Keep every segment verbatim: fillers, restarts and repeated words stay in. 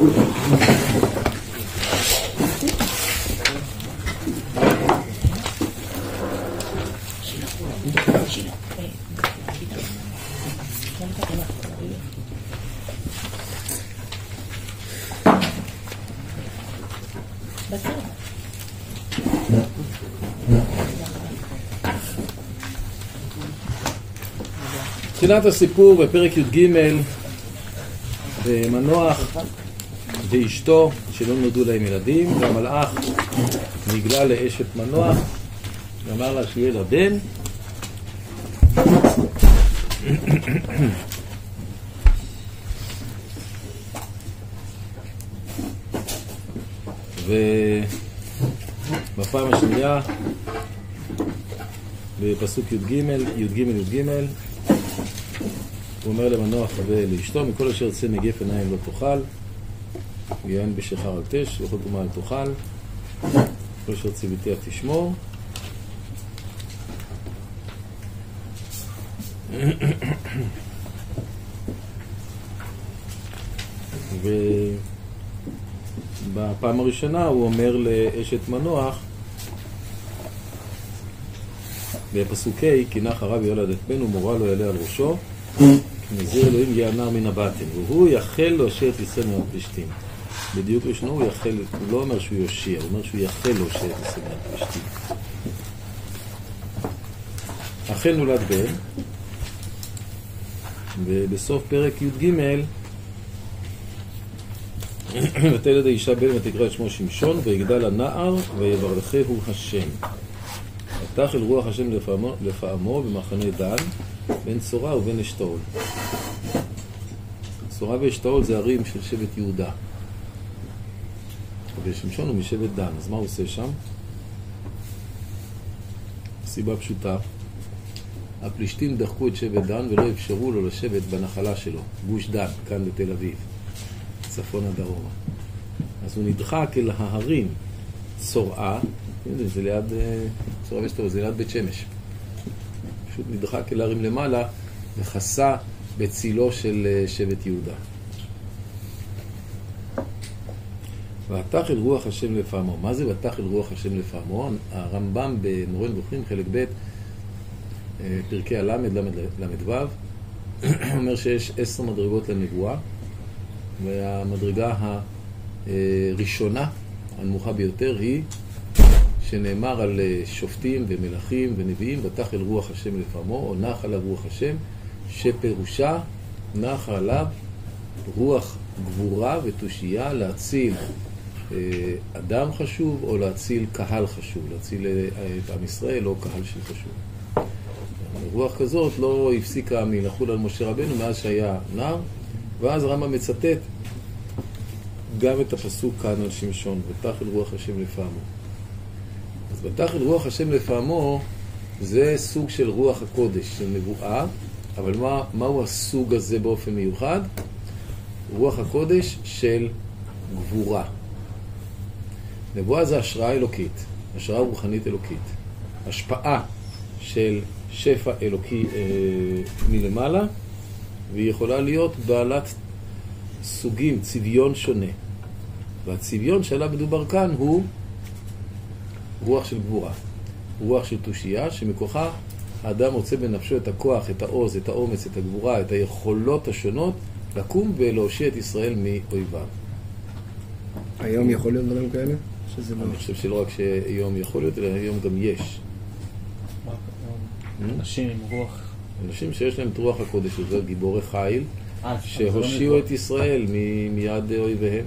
תחילת הסיפור בפרק י"ג, מנוח ואשתו שלא נולדו להם ילדים, והמלאך נגלה לאשת מנוח ואמר לה שיהיה לה בן. ובפעם השנייה בפסוק י"ג י"ג י"ג הוא אומר למנוח ולאשתו, מכל אשר יצא מגפן עין לא תאכל, ויין בשחר אל תש, וכל טומאה אל תאכל, כל אשר ציוויתיה תשמור. ובפעם הראשונה הוא אומר לאשת מנוח בפסוק ה', כי נח הרב יולד את בן ומורה לא יעלה על ראשו, נזיר אלוהים יענר מן הבטן, והוא יחל להושיע את ישראל מן הפלישתים. בדיוק לשנו הוא יחל, הוא לא אומר שהוא יושיע, הוא אומר שהוא יחל להושיע את ישראל מן הפלישתים. אכן נולד בן, ובסוף פרק י"ג ותלד האישה בן ותקרא את שמו שמשון, ויגדל הנער ויברכהו השם. ותחל רוח השם לפעמו, לפעמו במחנה דן בין צורה ובין אשתאול. צורה ואשתאול זה ערים של שבט יהודה, ושמשון הוא משבט דן. אז מה הוא עושה שם? סיבה פשוטה, הפלישתים דחקו את שבט דן ולא אפשרו לו לשבת בנחלה שלו, גוש דן, כאן בתל אביב, צפון הדרומה. אז הוא נדחק אל ההרים צורעה, זה ליד צורה ואשתאול, זה ליד בית שמש. פשוט נדחק אל ההרים למעלה וחסה בצילו של שבט יהודה. ותחל רוח השם לפעמו. מה זה ותחל רוח השם לפעמו? הרמב"ם במורה נבוכים חלק ב' פרקי הלמד למד ו' אומר שיש עשר מדרגות לנבואה, והמדרגה הראשונה הנמוכה ביותר היא שנאמר על שופטים ומלכים ונביאים, ותחל רוח השם לפעמו, או נח עליו רוח השם, שפירושה נח עליו רוח גבורה ותושייה להציל אדם חשוב או להציל קהל חשוב, להציל את עם ישראל או קהל של חשוב. רוח כזאת לא הפסיקה מלחול על משה רבנו מאז שהיה נער, ואז רמב"ם מצטט גם את הפסוק כאן על שמשון, ותחל רוח השם לפעמו. אז ותחל רוח השם לפעמו זה סוג של רוח הקודש, של נבואה, אבל מה, מהו הסוג הזה באופן מיוחד? רוח הקודש של גבורה. נבואה זה השראה אלוקית, השראה רוחנית אלוקית, השפעה של שפע אלוקי אה, מלמעלה, והיא יכולה להיות בעלת סוגים, צביון שונה. והצביון שעליו מדובר כאן הוא רוח של גבורה, רוח של תושייה, שמכוחה האדם רוצה בנפשו את הכוח, את העוז, את האומץ, את הגבורה, את היכולות השונות, לקום ולהושיע את ישראל מאויביו. היום יכול להיות דברים כאלה? אני חושב שלא רק שהיום יכול להיות, אלא היום גם יש. אנשים עם רוח. אנשים שיש להם את רוח הקודש, זה גיבורי חיל, שהושיעו את ישראל מיד אויביהם.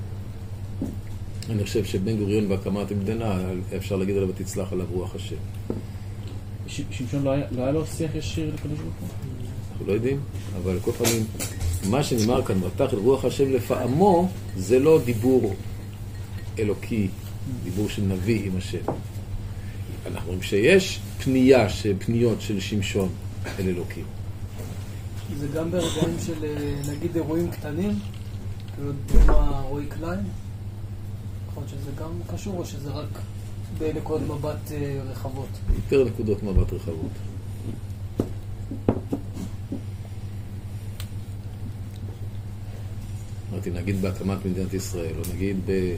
אני חושב שבן גוריון בהקמת המדינה, אפשר להגיד עליו ותצלח עליו רוח השם. שמשון לא היה לו שיח ישיר לקדוש ברוך הוא? אנחנו לא יודעים, אבל כל פעמים, מה שנאמר כאן, ותחל רוח השם לפעמו, זה לא דיבור אלוקי, דיבור של נביא עם השם. אנחנו רואים שיש פנייה, פניות של שמשון אל אלוקים. זה גם ברגעים של, נגיד, אירועים קטנים, כאילו דוגמה רועי קליין, נכון שזה גם קשור או שזה רק בנקודות מבט רחבות? יותר נקודות מבט רחבות. דרמטיים, נגיד בהקמת מדינת ישראל, או נגיד ב...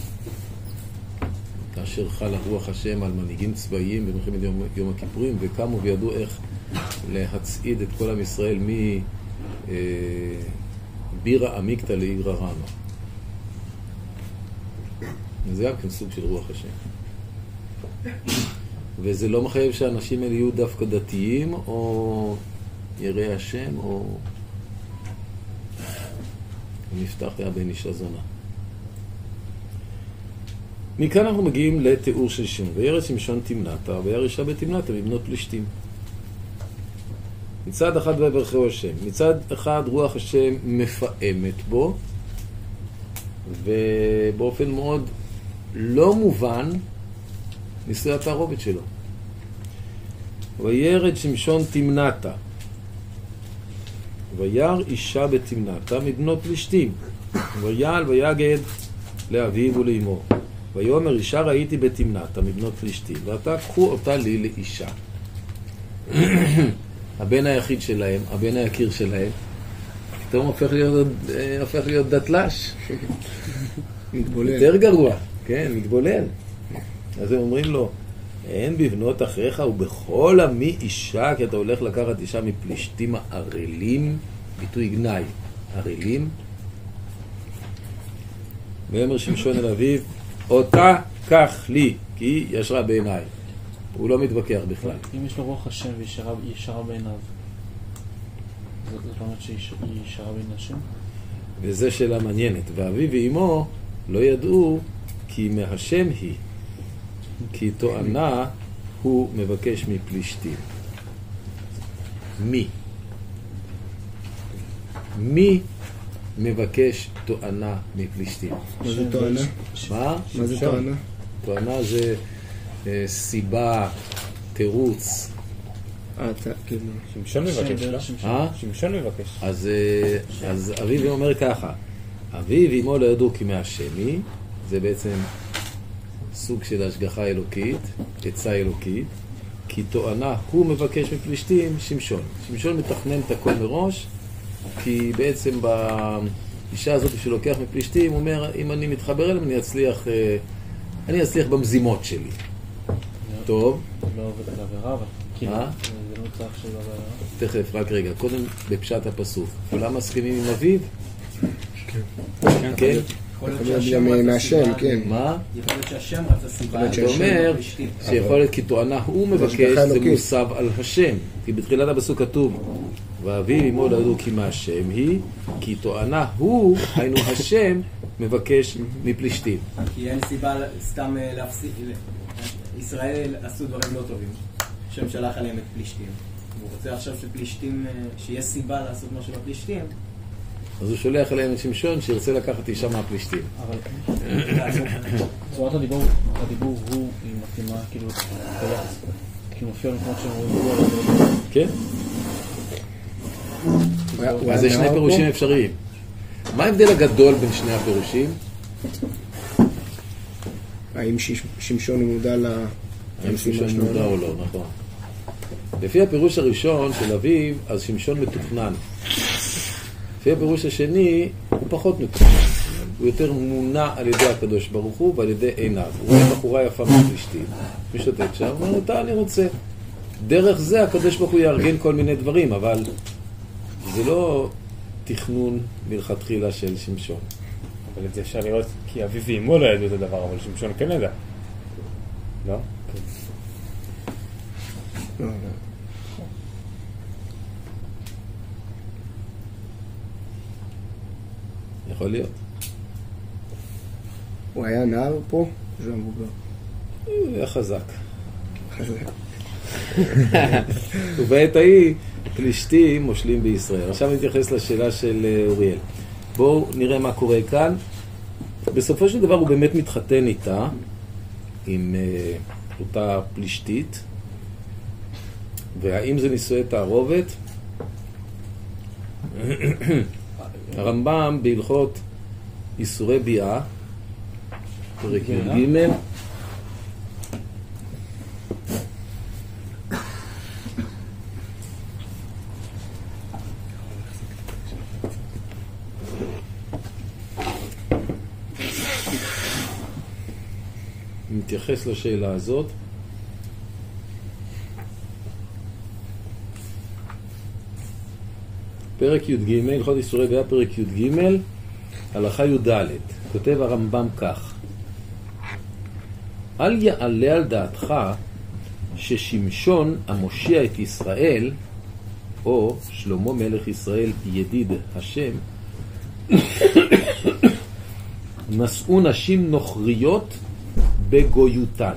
כאשר חל רוח השם על מנהיגים צבאיים במלחמת יום, יום הכיפורים, וקמו וידעו איך להצעיד את כל עם ישראל מבירה עמיקתא לעיר הרמה. זה גם כן סוג של רוח השם. וזה לא מחייב שהאנשים האלה יהיו דווקא דתיים, או יראי השם, או נפתח היה בין אישה זונה. מכאן אנחנו מגיעים לתיאור של שמשון. וירד שמשון תמנתה, וירא אישה בתמנתה מבנות פלישתים. מצד אחד ויברכהו השם. מצד אחד רוח השם מפעמת בו, ובאופן מאוד לא מובן נישואי התערובת שלו. וירד שמשון תמנתה, וירא אישה בתמנתה מבנות פלישתים. ויעל ויגד לאביו ולאמו. ויאמר אישה ראיתי בתמנתה מבנות פלישתים, ועתה קחו אותה לי לאישה. הבן היחיד שלהם, הבן היקיר שלהם, פתאום הופך להיות, הופך להיות דתל"ש. מתבולל. יותר גרוע, כן, מתבולל. אז הם אומרים לו, אין בבנות אחריך ובכל עמי אישה, כי אתה הולך לקחת אישה מפלישתים הערלים, ביטוי גנאי, ערלים. ויאמר שמשון אל אביו, אותה קח לי, כי היא ישרה בעיניי. הוא לא מתווכח בכלל. אם יש לו רוח השם והיא ישרה בעיניו, זאת אומרת שהיא ישרה בעיני השם? וזה שאלה מעניינת. ואביו ואמו לא ידעו כי מהשם היא, כי טוענה הוא מבקש מפלישתים. מי? מי מבקש טוענה מפלישתים? מה זה טוענה? מה? מה זה טוענה? טוענה זה אה, סיבה, תירוץ. אה, אתה, כאילו... שמשון מבקש, לא? אה? שמשון מבקש. אז, אה, אז אביו אומר ככה, אביו ואמו לא ידעו כי מהשם היא, זה בעצם סוג של השגחה אלוקית, עצה אלוקית, כי טוענה הוא מבקש מפלישתים שמשון. שמשון מתכנן את הכל מראש, כי בעצם באישה הזאת שלוקח מפלישתים, הוא אומר, אם אני מתחבר אליהם, אני אצליח, אני אצליח במזימות שלי. טוב. לא עובד על עבירה, אבל כאילו, מה? זה לא צריך שלא עבירה. תכף, רק רגע. קודם בפשט הפסוק. כולם מסכימים עם אביו? כן. כן? יכול להיות גם מהשם, כן. מה? יכול להיות שהשם רצה סיבה. אתה אומר שיכול להיות כי טוענה הוא מבקש, זה מוסב על השם. כי בתחילת הפסוק כתוב, ואביו ואמו לא ידעו כי מהשם היא, כי טוענה הוא, היינו השם, מבקש מפלישתים. כי אין סיבה סתם להפסיק, ישראל עשו דברים לא טובים. השם שלח עליהם את פלישתים. הוא רוצה עכשיו שפלישתים, שיהיה סיבה לעשות משהו לפלישתים. אז הוא שולח אליהם את שמשון שירצה לקחת אישה מהפלישתים. אבל צורת הדיבור, הדיבור הוא, היא מתאימה, כאילו, כאילו מופיע במקומות שהם רואים על הדבר. כן? אז זה שני פירושים אפשריים. מה ההבדל הגדול בין שני הפירושים? האם שמשון מודע ל... האם שמשון מודע או לא, נכון. לפי הפירוש הראשון של אביו, אז שמשון מתוכנן. לפי הפירוש השני, הוא פחות מתוכנן. הוא יותר מונע על ידי הקדוש ברוך הוא ועל ידי עיניו. הוא רואה בחורה יפה מפלישתים, משוטט שם, הוא אומר, אותה אני רוצה. דרך זה הקדוש ברוך הוא יארגן כל מיני דברים, אבל זה לא תכנון מלכתחילה של שמשון. אבל את זה אפשר לראות, כי אביו ואמו לא ידעו את הדבר, אבל שמשון כן ידע. לא? לא, לא. יכול להיות. הוא היה נער פה? זה המבוגר. הוא היה חזק. ובעת ההיא פלישתים מושלים בישראל. עכשיו נתייחס לשאלה של אוריאל. בואו נראה מה קורה כאן. בסופו של דבר הוא באמת מתחתן איתה, עם uh, אותה פלישתית. והאם זה נישואי תערובת? הרמב"ם בהלכות איסורי ביאה, פרק י"ג, נתייחס לשאלה הזאת. פרק י"ג, הלכות איסורי גויה, פרק י"ג, הלכה י"ד. כותב הרמב"ם כך: אל יעלה על דעתך ששמשון המושיע את ישראל, או שלמה מלך ישראל ידיד השם, נשאו נשים נוכריות בגויותן.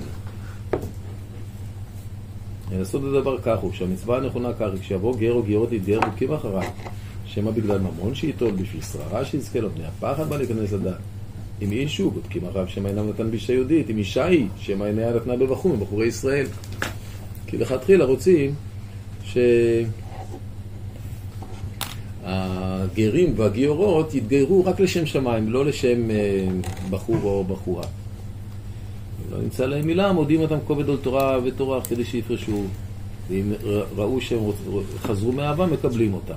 לעשות את הדבר כך הוא, שהמצווה הנכונה כך, כשיבוא גר או גרות להתגייר בודקים אחריו, שמה בגלל ממון שיטול, בשביל שררה שיזכה לו, בני הפחד בא להיכנס לדעת. אם אישו, בודקים אחריו שמה אינם נתן בישה יהודית, אם אישה היא, שמה איניה נתנה בבחור מבחורי ישראל. כי לכתחילה רוצים שהגרים והגיורות יתגיירו רק לשם שמיים, לא לשם בחור או בחורה. לא נמצא להם מילה, מודיעים אותם כובד על תורה ותורה כדי שיפרשו. ואם ראו שהם חזרו מאהבה, מקבלים אותם.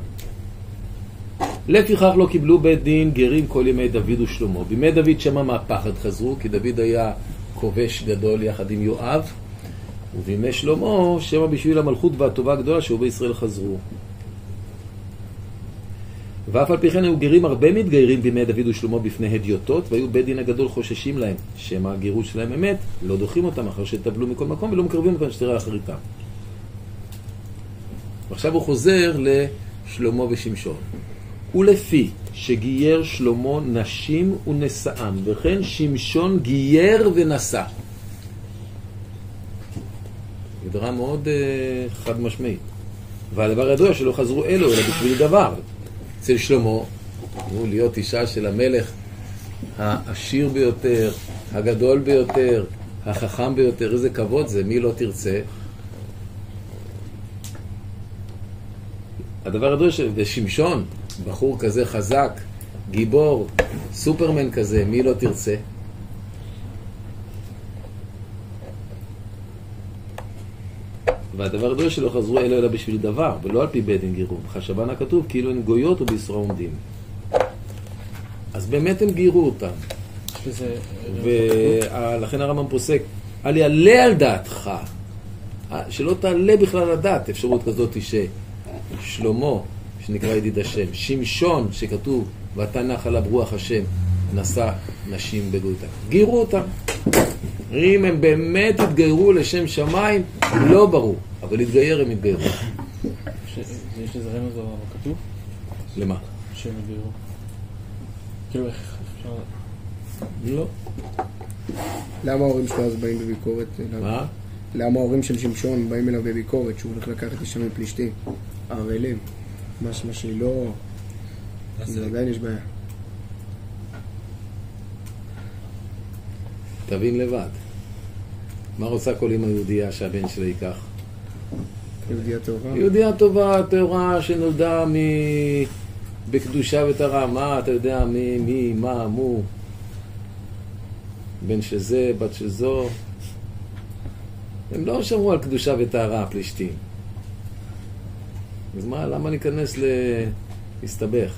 לפיכך לא קיבלו בית דין גרים כל ימי דוד ושלמה. בימי דוד שמה מהפחד חזרו, כי דוד היה כובש גדול יחד עם יואב, ובימי שלמה שמה בשביל המלכות והטובה הגדולה שהוא בישראל חזרו. ואף על פי כן היו גרים הרבה מתגיירים בימי דוד ושלמה בפני הדיוטות, והיו בית דין הגדול חוששים להם, שמה הגירוש שלהם אמת, לא דוחים אותם אחר שטבלו מכל מקום ולא מקרבים אותם שתראה אחריתם. ועכשיו הוא חוזר לשלמה ושמשון. ולפי שגייר שלמה נשים ונשאן, וכן שמשון גייר ונשא. גדרה מאוד uh, חד משמעית. והדבר ידוע שלא חזרו אלו, אלא בשביל דבר. אצל שלמה, הוא להיות אישה של המלך העשיר ביותר, הגדול ביותר, החכם ביותר, איזה כבוד זה, מי לא תרצה. הדבר ידוע ששמשון, בחור כזה חזק, גיבור, סופרמן כזה, מי לא תרצה? והדבר ידוע שלא חזרו אלו אלא בשביל דבר, ולא על פי בית דין גירום. חשבן הכתוב כאילו הן גויות ובישראל עומדים. אז באמת הם גירו אותם. ולכן הרמב"ם פוסק, אל יעלה על דעתך, שלא תעלה בכלל על דעת אפשרות כזאת ששלמה, שנקרא ידיד השם, שמשון, שכתוב, ואתה נח עליו רוח השם, נשא נשים בגויותן. גירו אותם. אם הם באמת התגיירו לשם שמיים, לא ברור, אבל התגייר הם התגיירו. יש לזה רמז בכתוב? למה? שהם התגיירו. כאילו איך אפשר... לא. למה ההורים שלו אז באים בביקורת? מה? למה ההורים של שמשון באים אליו בביקורת שהוא הולך לקחת אישה מפלישתים? הערלים. מה שהיא לא... זה עדיין יש בעיה. תבין לבד. מה רוצה כל אמא יהודייה שהבן שלה ייקח? יהודייה טובה. יהודייה טובה, טהורה, שנולדה מ... בקדושה וטהרה. מה, אתה יודע, מי, מי, מה, מו? בן שזה, בת שזו. הם לא שמרו על קדושה וטהרה, הפלישתים. אז מה, למה ניכנס להסתבך?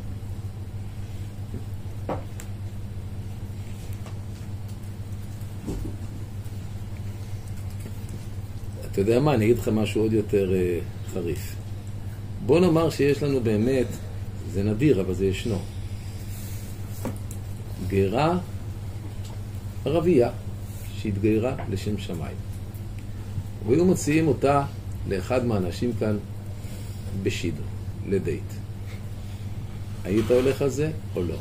אתה יודע מה, אני אגיד לך משהו עוד יותר uh, חריף. בוא נאמר שיש לנו באמת, זה נדיר, אבל זה ישנו. גרה ערבייה שהתגיירה לשם שמיים. והיו מוציאים אותה לאחד מהאנשים כאן בשידו, לדייט. היית הולך על זה או לא?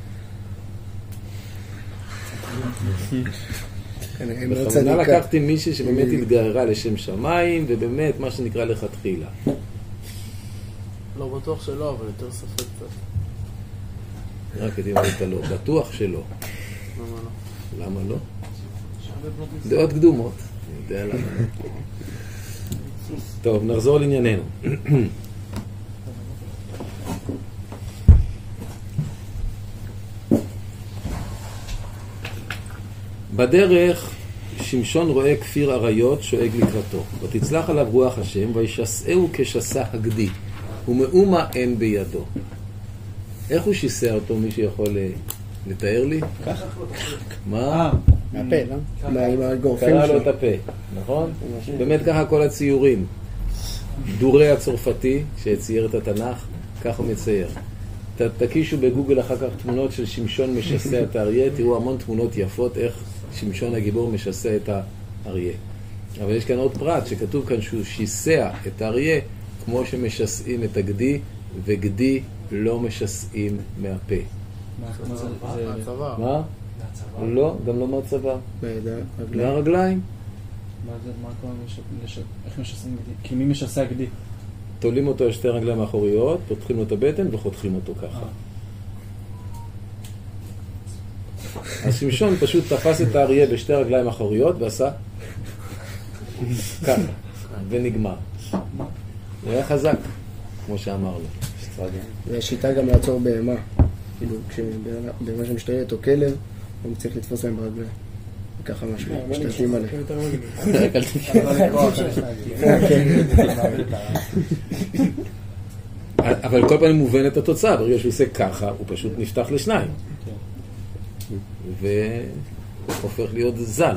בכוונה לקחתי מישהי שבאמת התגיירה לשם שמיים, ובאמת מה שנקרא לכתחילה. לא בטוח שלא, אבל יותר ספק קצת. רק כדי להגיד לא, בטוח שלא. למה לא? למה לא? דעות קדומות. אני יודע למה. טוב, נחזור לענייננו. בדרך שמשון רואה כפיר אריות שואג לקראתו, ותצלח עליו רוח השם, וישסעהו כשסע הגדי, ומאומה אין בידו. איך הוא שיסע אותו? מי שיכול לתאר לי? ככה? מה? מהפה, לא? מה, עם הגורפים קרא לו שלו. את הפה, נכון? באמת ככה כל הציורים. דורי הצרפתי שהצייר את התנ"ך, כך הוא מצייר. ת, תקישו בגוגל אחר כך תמונות של שמשון משסע את האריה, תראו המון תמונות יפות איך שמשון הגיבור משסע את האריה. אבל יש כאן עוד פרט שכתוב כאן שהוא שיסע את האריה כמו שמשסעים את הגדי, וגדי לא משסעים מהפה. מה זה? מהצבא. מה? לא, גם לא מהצבא. בידיים, רגליים. מהרגליים. מה זה? מה קורה? לש- איך משסעים גדי? כי מי משסע גדי? תולים אותו על שתי רגליים האחוריות, פותחים לו את הבטן וחותכים אותו ככה. אז שמשון פשוט תפס את האריה בשתי רגליים האחוריות ועשה ככה, ונגמר. הוא היה חזק, כמו שאמר לו. זה שיטה גם לעצור בהמה. כאילו, כשבהמה שמשתלט או כלב, הוא צריך לתפוס להם ברגליים. וככה משהו, משתלטים עליהם. אבל כל פעם מובן את התוצאה, ברגע שהוא עושה ככה, הוא פשוט נפתח לשניים. והופך להיות זל.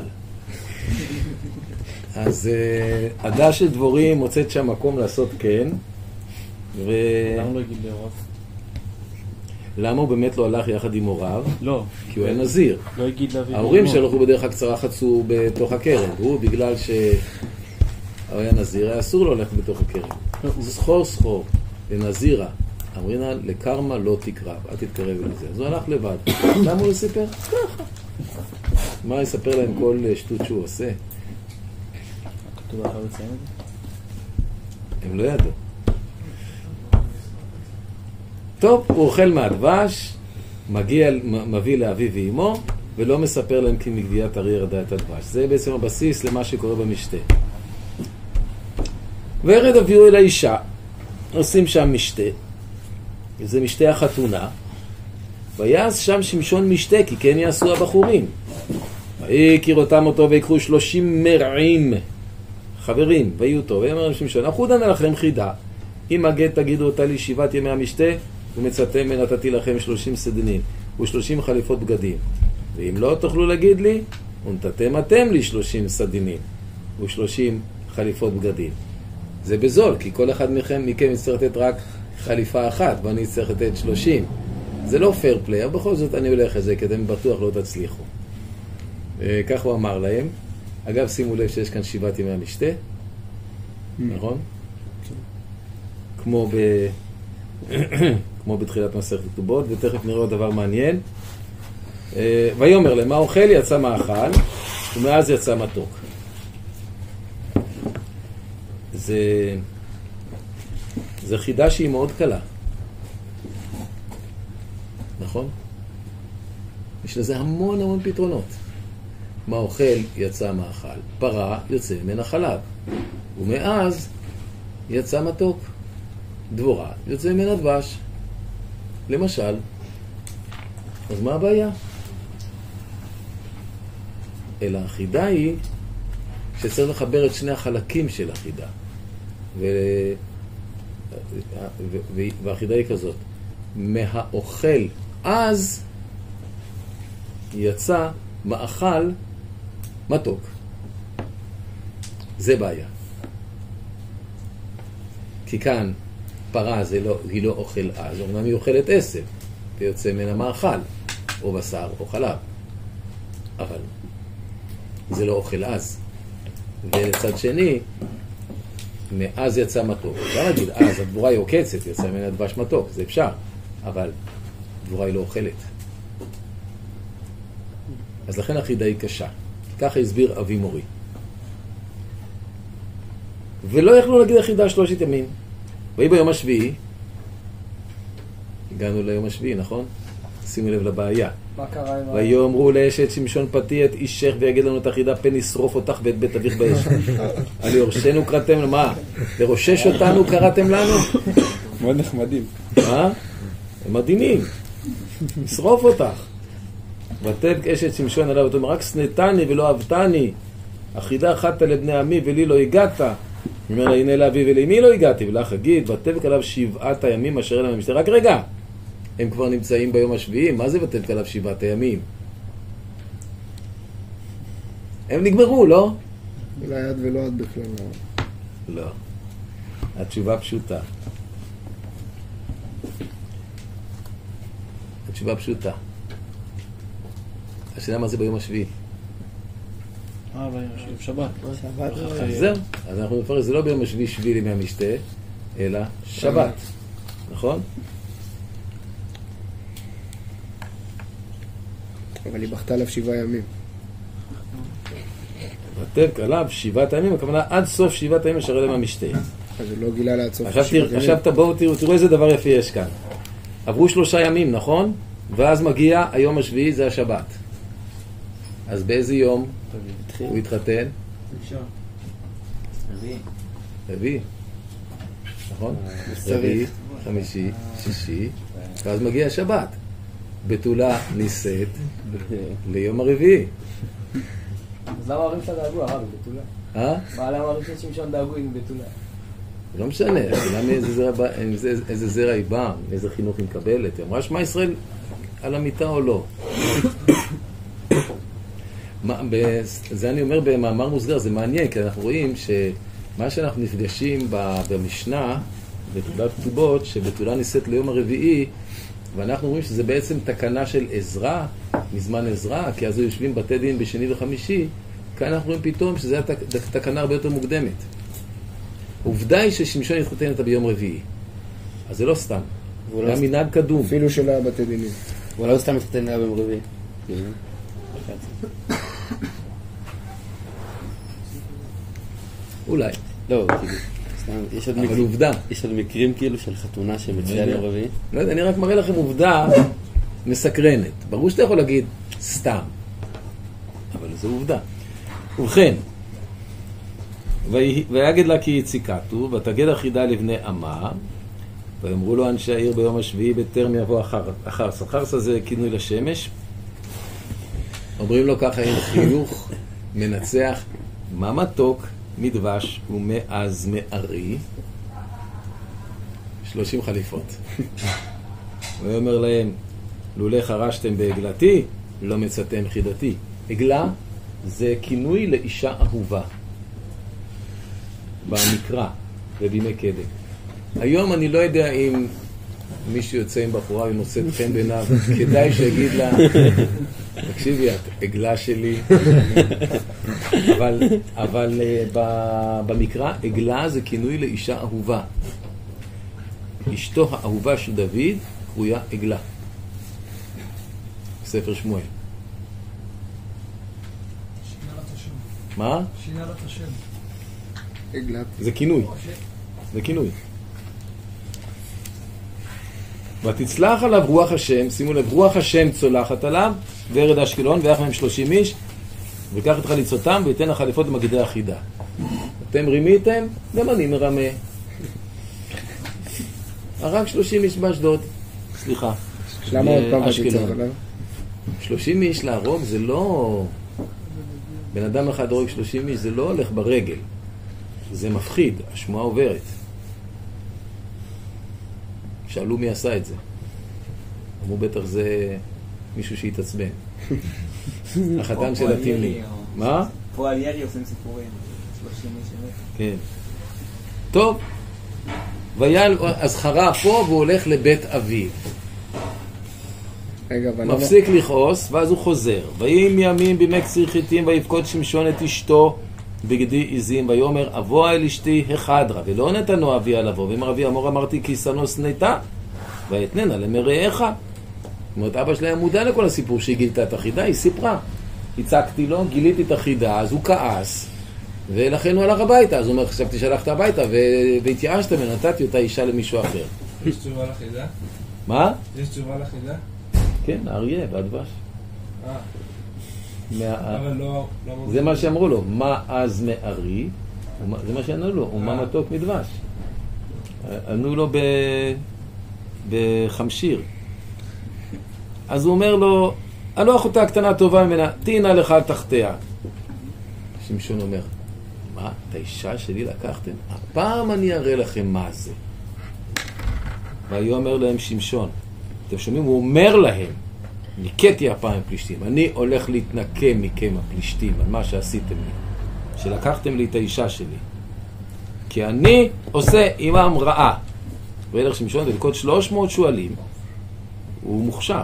אז עדה של דבורים מוצאת שם מקום לעשות כן. ו... למה לא הגיד להוריו? למה הוא באמת לא הלך יחד עם הוריו? לא. כי הוא היה נזיר. לא הגיד להביא... ההורים שלו הלכו בדרך הקצרה חצו בתוך הקרן. הוא, בגלל שהוא היה נזיר, היה אסור לו ללכת בתוך הקרן. סחור סחור, לנזירה. אמרינה, לקרמה לא תקרב, אל תתקרב לזה. אז הוא הלך לבד. למה הוא לא סיפר? ככה. מה יספר להם כל שטות שהוא עושה? כתוב אחר לציין את זה? הם לא ידעו. טוב, הוא אוכל מהדבש, מגיע, מביא לאביו ואימו, ולא מספר להם כי מגדיית אריה ירדה את הדבש. זה בעצם הבסיס למה שקורה במשתה. ורד הביאו אל האישה, עושים שם משתה, זה משתה החתונה, ויעש שם שמשון משתה, כי כן יעשו הבחורים. ויקיר אותם אותו ויקחו שלושים מרעים, חברים, ויהיו טוב, ויאמר להם שמשון, אחודן לכם חידה, אם הגט תגידו אותה לי שבעת ימי המשתה, ומצאתם ונתתי לכם שלושים סדנים, ושלושים חליפות בגדים. ואם לא תוכלו להגיד לי, ונתתם אתם לי שלושים סדינים, ושלושים חליפות בגדים. זה בזול, כי כל אחד מכם, מכם יצטרך לתת רק חליפה אחת, ואני אצטרך לתת שלושים. זה לא פייר פליי, אבל בכל זאת אני הולך את זה, כי אתם בטוח לא תצליחו. כך הוא אמר להם. אגב, שימו לב שיש כאן שבעת ימי המשתה, נכון? כמו ב... כמו בתחילת מסכת כתובות, ותכף נראה עוד דבר מעניין. ויאמר להם, מה אוכל? יצא מאכל, ומאז יצא מתוק. זה... זה חידה שהיא מאוד קלה. נכון? יש לזה המון המון פתרונות. מה אוכל? יצא מאכל. פרה יוצא מן החלב. ומאז יצא מתוק. דבורה יוצא מן הדבש. למשל. אז מה הבעיה? אלא החידה היא שצריך לחבר את שני החלקים של החידה. ו... ו... ו... והחידה היא כזאת. מהאוכל אז יצא מאכל מתוק. זה בעיה. כי כאן פרה זה לא, היא לא אוכל אז, אומנם היא אוכלת עשב, ויוצא מן המאכל, או בשר או חלב. אבל זה לא אוכל אז. ולצד שני, מאז יצא מתוק. אפשר להגיד, אז הדבורה היא עוקצת, יצא מן הדבש מתוק, זה אפשר. אבל דבורה היא לא אוכלת. אז לכן החידה היא קשה. ככה הסביר אבי מורי. ולא יכלו להגיד החידה שלושת ימים. ויהי ביום השביעי, הגענו ליום השביעי, נכון? שימו לב לבעיה. מה קרה עם ה... ויאמרו לאשת שמשון פתי את אישך ויגיד לנו את החידה, פן ישרוף אותך ואת בית אביך באש. על יורשנו קראתם, מה? לרושש אותנו קראתם לנו? מאוד נחמדים. מה? הם מדהימים. ישרוף אותך. ותבק אשת שמשון עליו, ואתה אומר, רק שנתני ולא אהבתני. החידה אחת לבני עמי ולי לא הגעת. אומר לה, הנה לאבי ולאמי לא הגעתי. ולך אגיד, ותבק עליו שבעת הימים אשר אליהם המשתה. רק רגע, הם כבר נמצאים ביום השביעי. מה זה ותבק עליו שבעת הימים? הם נגמרו, לא? אולי עד ולא עד בכלל. לא. התשובה פשוטה. התשובה פשוטה. השאלה מה זה ביום השביעי. אה, ביום שבת. שבת. אז זהו. אז אנחנו נפרש, זה לא ביום השביעי שביעי לימי המשתה, אלא שבת. נכון? אבל היא בכתה עליו שבעה ימים. ותק עליו שבעת הימים, הכוונה עד סוף שבעת הימים אשר אליהם המשתה. אז הוא לא גילה לעד סוף עכשיו, שבעת תרא, ימים. עכשיו תבואו, תראו, תראו איזה דבר יפה יש כאן. עברו שלושה ימים, נכון? ואז מגיע היום השביעי, זה השבת. אז באיזה יום הוא התחתן? ראשון. רביעי. רביעי. נכון? רביעי, חמישי, שישי, ואז מגיע השבת. בתולה נישאת ליום הרביעי. אז למה ההורים שלה דאגו, הרב, עם בתולה? אה? מה, למה ההורים של שמשון דאגו עם בתולה? לא משנה, למה איזה זרע, בא- איזה, איזה זרע היא באה, איזה חינוך היא מקבלת. היא אמרה שמע ישראל על המיטה או לא. מה, ב- זה אני אומר במאמר מוסגר, זה מעניין, כי אנחנו רואים שמה שאנחנו נפגשים ב- במשנה, בתולת כתובות, שבתולה נישאת ליום הרביעי, ואנחנו רואים שזה בעצם תקנה של עזרא, מזמן עזרא, כי אז היו יושבים בתי דין בשני וחמישי, כאן אנחנו רואים פתאום שזו הייתה תקנה הרבה יותר מוקדמת. עובדה היא ששמשון התחתן אותה ביום רביעי. אז זה לא סתם. זה היה מנהג קדום. אפילו שלא היה בתי דינים. הוא לא סתם מתחתן לה ביום רביעי. אולי. לא, כאילו, סתם, יש עוד אבל מקרים- עובדה. יש עוד מקרים כאילו של חתונה שמציעה ליום רביעי. לא יודע, אני רק מראה לכם עובדה מסקרנת. ברור שאתה יכול להגיד סתם. אבל זו עובדה. ובכן, ויהי- ויגד לה כי יציקתו, ותגד החידה לבני עמה, ויאמרו לו אנשי העיר ביום השביעי בטרם יבוא אחר. אחרסה. אחרסה זה כינוי לשמש. אומרים לו ככה עם חיוך מנצח, מה מתוק מדבש ומאז מארי? שלושים חליפות. הוא אומר להם, לולא חרשתם בעגלתי, לא מצאתם חידתי. עגלה זה כינוי לאישה אהובה. במקרא ובימי קדם. היום אני לא יודע אם מישהו יוצא עם בחורה ומוצאת חן בעיניו, כדאי שיגיד לה, תקשיבי, את עגלה שלי. אבל, אבל uh, ב- במקרא, עגלה זה כינוי לאישה אהובה. אשתו האהובה של דוד קרויה עגלה. ספר שמואל. שינה לה את השם. מה? שינה לה את השם. עגלת. זה כינוי. זה כינוי. ותצלח עליו רוח השם, שימו לב, רוח השם צולחת עליו, ורד אשקלון, ויח מהם שלושים איש, וקח את חליצותם, ויתן החליפות למגידי החידה. אתם רימיתם, גם אני מרמה. הרג שלושים איש באשדוד. סליחה. למה עוד פעם באשקלון. ותצלח עליו? שלושים איש להרוג זה לא... בן אדם אחד הורג שלושים איש, זה לא הולך ברגל. זה מפחיד, השמועה עוברת. שאלו מי עשה את זה. אמרו בטח זה מישהו שהתעצבן. החתן של התימני. מה? פה על ירי עושים סיפורים. שלושים איש אמת. כן. טוב. ויעל, אז חרה פה והוא הולך לבית אביו. רגע, אבל למה? מפסיק לכעוס, ואז הוא חוזר. ויהי מימים בימי קציר חיטים, ויפקוד שמשון את אשתו בגדי עזים, ויאמר אבוא אל אשתי החדרה, ולא נתנו אביה לבוא, ואמר אבי אמור אמרתי כי שנוא שנאתה, ויתננה למרעיך. זאת אומרת, אבא שלה היה מודע לכל הסיפור שהיא גילתה את החידה, היא סיפרה. הצקתי לו, גיליתי את החידה, אז הוא כעס, ולכן הוא הלך הביתה. אז הוא אומר, חשבתי שהלכת הביתה, ו- והתייאשת ונתתי אותה אישה למישהו אחר. יש תשובה לחידה? מה? יש תשובה לחידה? כן, האריה והדבש. אה, מה... אבל לא... לא זה מה שאמרו לו, מה אז מארי? ומה- זה מה שענו לו, ומה אה. מתוק מדבש. ענו לו ב... בחמשיר. אז הוא אומר לו, הלא אחותה הקטנה טובה ממנה, תהינה לך על תחתיה. שמשון אומר, מה, את האישה שלי לקחתם? הפעם אני אראה לכם מה זה. ויאמר להם שמשון, אתם שומעים? הוא אומר להם, ניקתי הפעם פלישתים, אני הולך להתנקה מכם הפלישתים על מה שעשיתם לי, שלקחתם לי את האישה שלי, כי אני עושה עמם רעה. וילך שמשון ללכוד שלוש מאות שואלים, הוא מוכשר.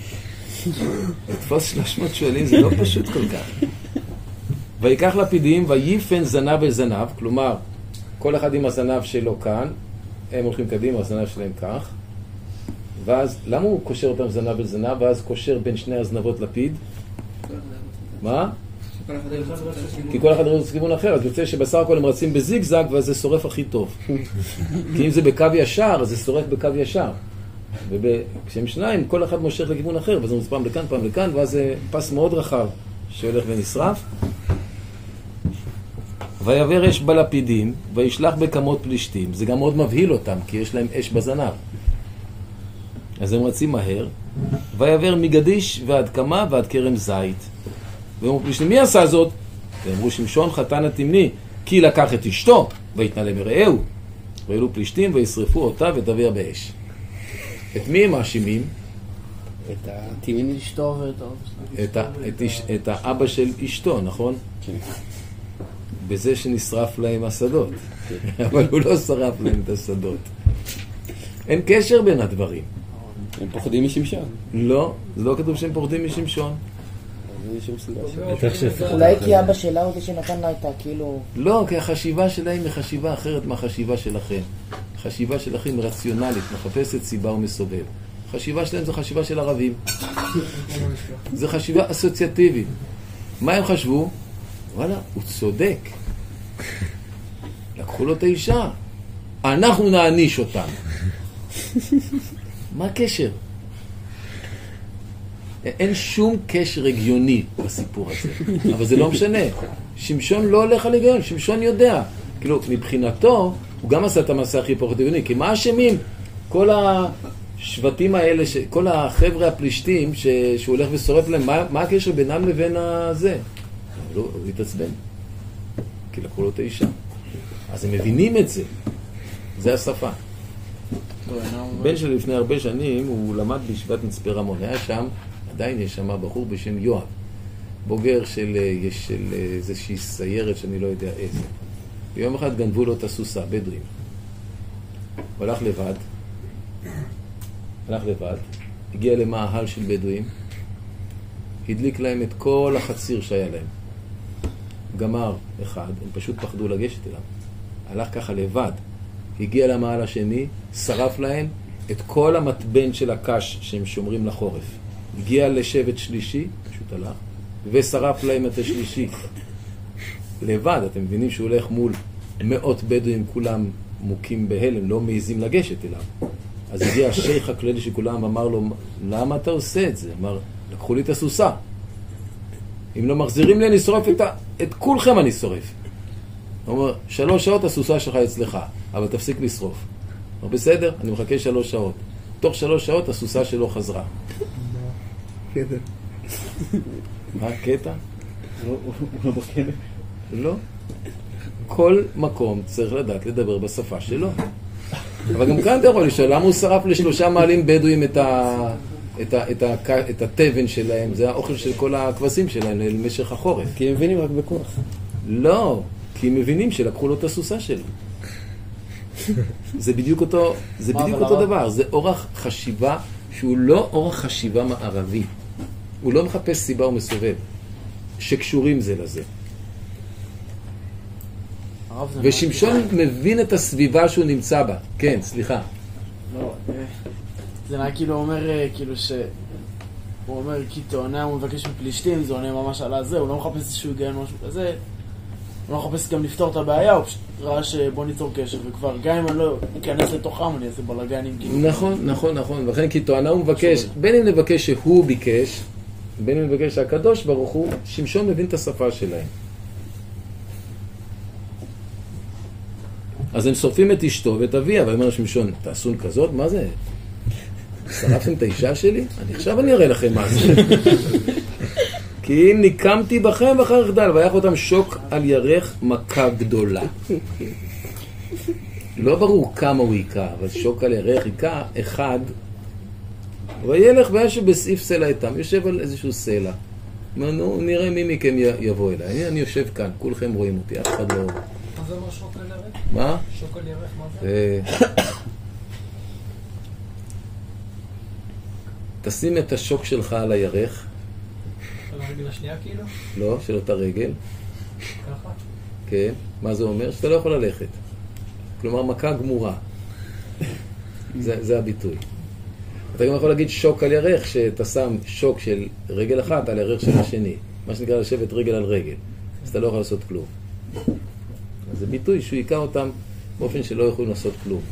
לתפוס שלוש מאות שואלים זה לא פשוט כל כך. ויקח לפידים ויפן זנב אל זנב, כלומר כל אחד עם הזנב שלו כאן, הם הולכים קדימה, הזנב שלהם כך, ואז למה הוא קושר אותם זנב אל זנב ואז קושר בין שני הזנבות לפיד? מה? כי כל אחד רץ לכיוון אחר, אז יוצא שבסך הכל הם רצים בזיגזג ואז זה שורף הכי טוב. כי אם זה בקו ישר, אז זה שורף בקו ישר. וכשהם שניים, כל אחד מושך לכיוון אחר, ואז הוא פעם לכאן, פעם לכאן, ואז זה פס מאוד רחב שהולך ונשרף. ויעבר אש בלפידים, וישלח בכמות פלישתים. זה גם מאוד מבהיל אותם, כי יש להם אש בזנב. אז הם רצים מהר, ויעבר מגדיש ועד קמה ועד כרם זית. ואומרו פלישתים, מי עשה זאת? ואמרו שמשון חתן התמני, כי לקח את אשתו, ויתנה למרעהו. ואלו פלישתים וישרפו אותה ותבער באש. את מי הם מאשימים? את התמני אשתו ואת את, את, את האבא של אשתו, נכון? כן. בזה שנשרף להם השדות. אבל הוא לא שרף להם את השדות. אין קשר בין הדברים. הם פוחדים משמשון. לא, זה לא כתוב שהם פוחדים משמשון. אולי כי אבא שלה הוא זה שנתן לה את כאילו... לא, כי החשיבה שלהם היא חשיבה אחרת מהחשיבה שלכם. החשיבה שלכם היא רציונלית, מחפשת סיבה ומסובב. החשיבה שלהם זו חשיבה של ערבים. זו חשיבה אסוציאטיבית. מה הם חשבו? וואלה, הוא צודק. לקחו לו את האישה. אנחנו נעניש אותם. מה הקשר? אין שום קשר הגיוני בסיפור הזה. אבל זה לא משנה. שמשון לא הולך על היגיון, שמשון יודע. כאילו, מבחינתו, הוא גם עשה את המעשה הכי פחות הגיוני. כי מה אשמים? כל השבטים האלה, ש... כל החבר'ה הפלישתים ש... שהוא הולך ושורף להם, מה, מה הקשר בינם לבין הזה? לא, הוא התעצבן. כי לקחו לו את האישה. אז הם מבינים את זה. זה השפה. בן שלי לפני הרבה שנים, הוא למד בישיבת מצפה רמון. היה שם, עדיין יש שם בחור בשם יואב. בוגר של, של איזושהי סיירת שאני לא יודע איזה. ביום אחד גנבו לו את הסוסה, בדואים. הוא הלך לבד. הלך לבד. הגיע למאהל של בדואים. הדליק להם את כל החציר שהיה להם. גמר אחד, הם פשוט פחדו לגשת אליו. הלך ככה לבד. הגיע למעל השני, שרף להם את כל המטבן של הקש שהם שומרים לחורף. הגיע לשבט שלישי, פשוט הלך, ושרף להם את השלישי. לבד, אתם מבינים שהוא הולך מול מאות בדואים, כולם מוכים בהלם, לא מעיזים לגשת אליו. אז הגיע השייך הכללי שכולם אמר לו, למה אתה עושה את זה? אמר, לקחו לי את הסוסה. אם לא מחזירים לי, אני שורף את, ה... את כולכם אני שורף. הוא אומר, שלוש שעות הסוסה שלך אצלך, אבל תפסיק לשרוף. הוא אומר, בסדר, אני מחכה שלוש שעות. תוך שלוש שעות הסוסה שלו חזרה. קטע. מה הקטע? הוא לא בכלא. לא. כל מקום צריך לדעת לדבר בשפה שלו. אבל גם כאן אתה יכול לשאול, למה הוא שרף לשלושה מעלים בדואים את ה... את, ה, את, ה, את הטבן שלהם, זה האוכל של כל הכבשים שלהם למשך החורף. כי הם מבינים רק בכוח. לא, כי הם מבינים שלקחו לו את הסוסה שלו. זה בדיוק אותו, זה בדיוק אותו דבר, זה אורח חשיבה שהוא לא אורח חשיבה מערבי. הוא לא מחפש סיבה ומסובב, שקשורים זה לזה. ושמשון מבין את הסביבה שהוא נמצא בה. כן, סליחה. לא, זה נראה כאילו אומר, כאילו ש... הוא אומר, כי תעונה הוא מבקש מפלישתים, זה עונה ממש על הזה, הוא לא מחפש איזשהו היגיון משהו כזה, הוא לא מחפש גם לפתור את הבעיה, הוא פשוט ראה שבוא ניצור קשר, וכבר גם אם אני לא אכנס לתוכם, אני אעשה בלגנים כאילו. נכון, נכון, נכון, וכן כי תעונה הוא מבקש, בין אם לבקש שהוא ביקש, בין אם לבקש שהקדוש ברוך הוא, שמשון מבין את השפה שלהם. אז הם שורפים את אשתו ואת אביה, אבל אומר שמשון, תעשון כזאת, מה זה? שרפתם את האישה שלי? אני עכשיו אני אראה לכם מה זה. כי אם ניקמתי בכם ואחר יחדל, ויח אותם שוק על ירך מכה גדולה. לא ברור כמה הוא עיקה, אבל שוק על ירך עיקה, אחד וילך וישב בסעיף סלע איתם, יושב על איזשהו סלע. אומר, נו, נראה מי מכם יבוא אליי. אני, אני יושב כאן, כולכם רואים אותי, אף אחד לא... מה זה אומר שוק על ירך? מה? שוק על ירך, מה זה? תשים את השוק שלך על הירך. על הרגל השנייה כאילו? לא, של אותה רגל. ככה? כן. מה זה אומר? שאתה לא יכול ללכת. כלומר, מכה גמורה. זה, זה הביטוי. אתה גם יכול להגיד שוק על ירך, שאתה שם שוק של רגל אחת על ירך של השני. מה שנקרא לשבת רגל על רגל. אז אתה לא יכול לעשות כלום. אז זה ביטוי שהוא יקע אותם באופן שלא יכולים לעשות כלום.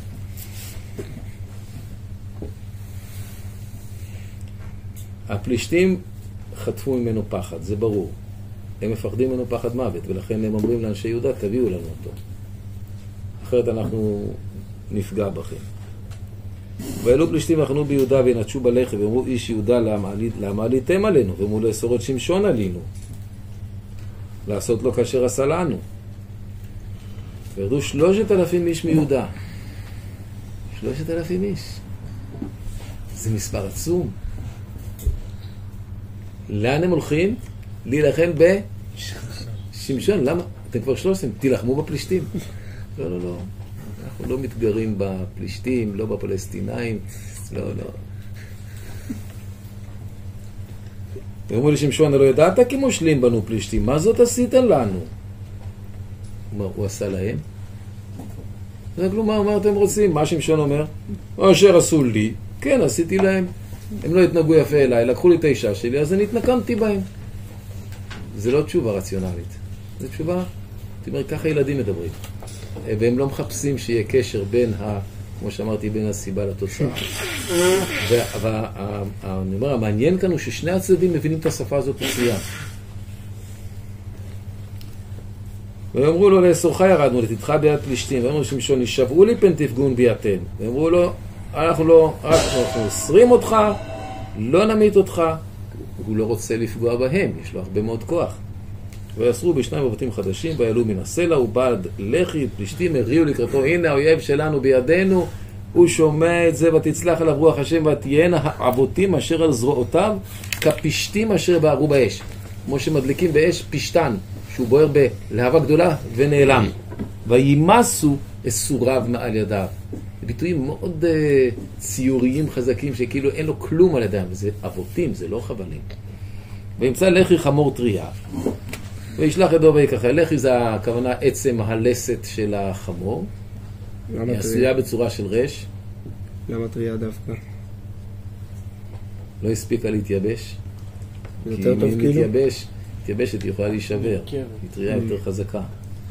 הפלישתים חטפו ממנו פחד, זה ברור. הם מפחדים ממנו פחד מוות, ולכן הם אומרים לאנשי יהודה, תביאו לנו אותו. אחרת אנחנו נפגע בכם. ואלו פלישתים יחנו ביהודה וינטשו בלחם, ואמרו איש יהודה למה עליתם עלינו, ואמרו לאסור את שמשון עלינו, לעשות לו כאשר עשה לנו. וירדו שלושת אלפים איש מיהודה. שלושת אלפים איש. זה מספר עצום. לאן הם הולכים? להילחם בשמשון. למה? אתם כבר שלושתם, תילחמו בפלישתים. לא, לא, לא. אנחנו לא מתגרים בפלישתים, לא בפלסטינאים. לא, לא. ואומרו לשמשון, לא ידעת כי מושלים בנו פלישתים, מה זאת עשית לנו? הוא עשה להם. זה כלומר, מה אתם רוצים? מה שמשון אומר? אשר עשו לי, כן, עשיתי להם. הם לא התנהגו יפה אליי, לקחו לי את האישה שלי, אז אני התנקמתי בהם. זה לא תשובה רציונלית. זה תשובה, זאת אומרת, ככה ילדים מדברים. והם לא מחפשים שיהיה קשר בין, ה, כמו שאמרתי, בין הסיבה לתוצאה. אבל אני אומר, המעניין כאן הוא ששני הצדדים מבינים את השפה הזאת מצוין. ואמרו לו, לאסורך ירדנו, לתתך ביד פלישתים. ואמרו שמשון, ישבעו לי פן תפגון ביאתם. ואמרו לו, אנחנו לא, אנחנו אוסרים אותך, לא נמית אותך. הוא לא רוצה לפגוע בהם, יש לו הרבה מאוד כוח. ויסרו בשניים בבתים חדשים, ויעלו מן הסלע, ובעד לחי, פלישתים הריעו לקראתו, הנה האויב שלנו בידינו, הוא שומע את זה, ותצלח עליו רוח השם, ותהיינה העבותים אשר על זרועותיו, כפשתים אשר בערו באש. כמו שמדליקים באש פשתן, שהוא בוער בלהבה גדולה ונעלם. וימסו אסוריו מעל ידיו. זה ביטויים מאוד uh, ציוריים חזקים, שכאילו אין לו כלום על ידיהם, זה אבותים, זה לא חבלים. וימצא לחי חמור טריה. וישלח ידו ויקחה. לחי זה הכוונה עצם הלסת של החמור. היא עשויה בצורה של רש. למה טריה דווקא? לא הספיקה להתייבש. זה יותר טוב כאילו? כי אם מתייבש, מתייבשת היא יכולה להישבר. היא טריה יותר חזקה.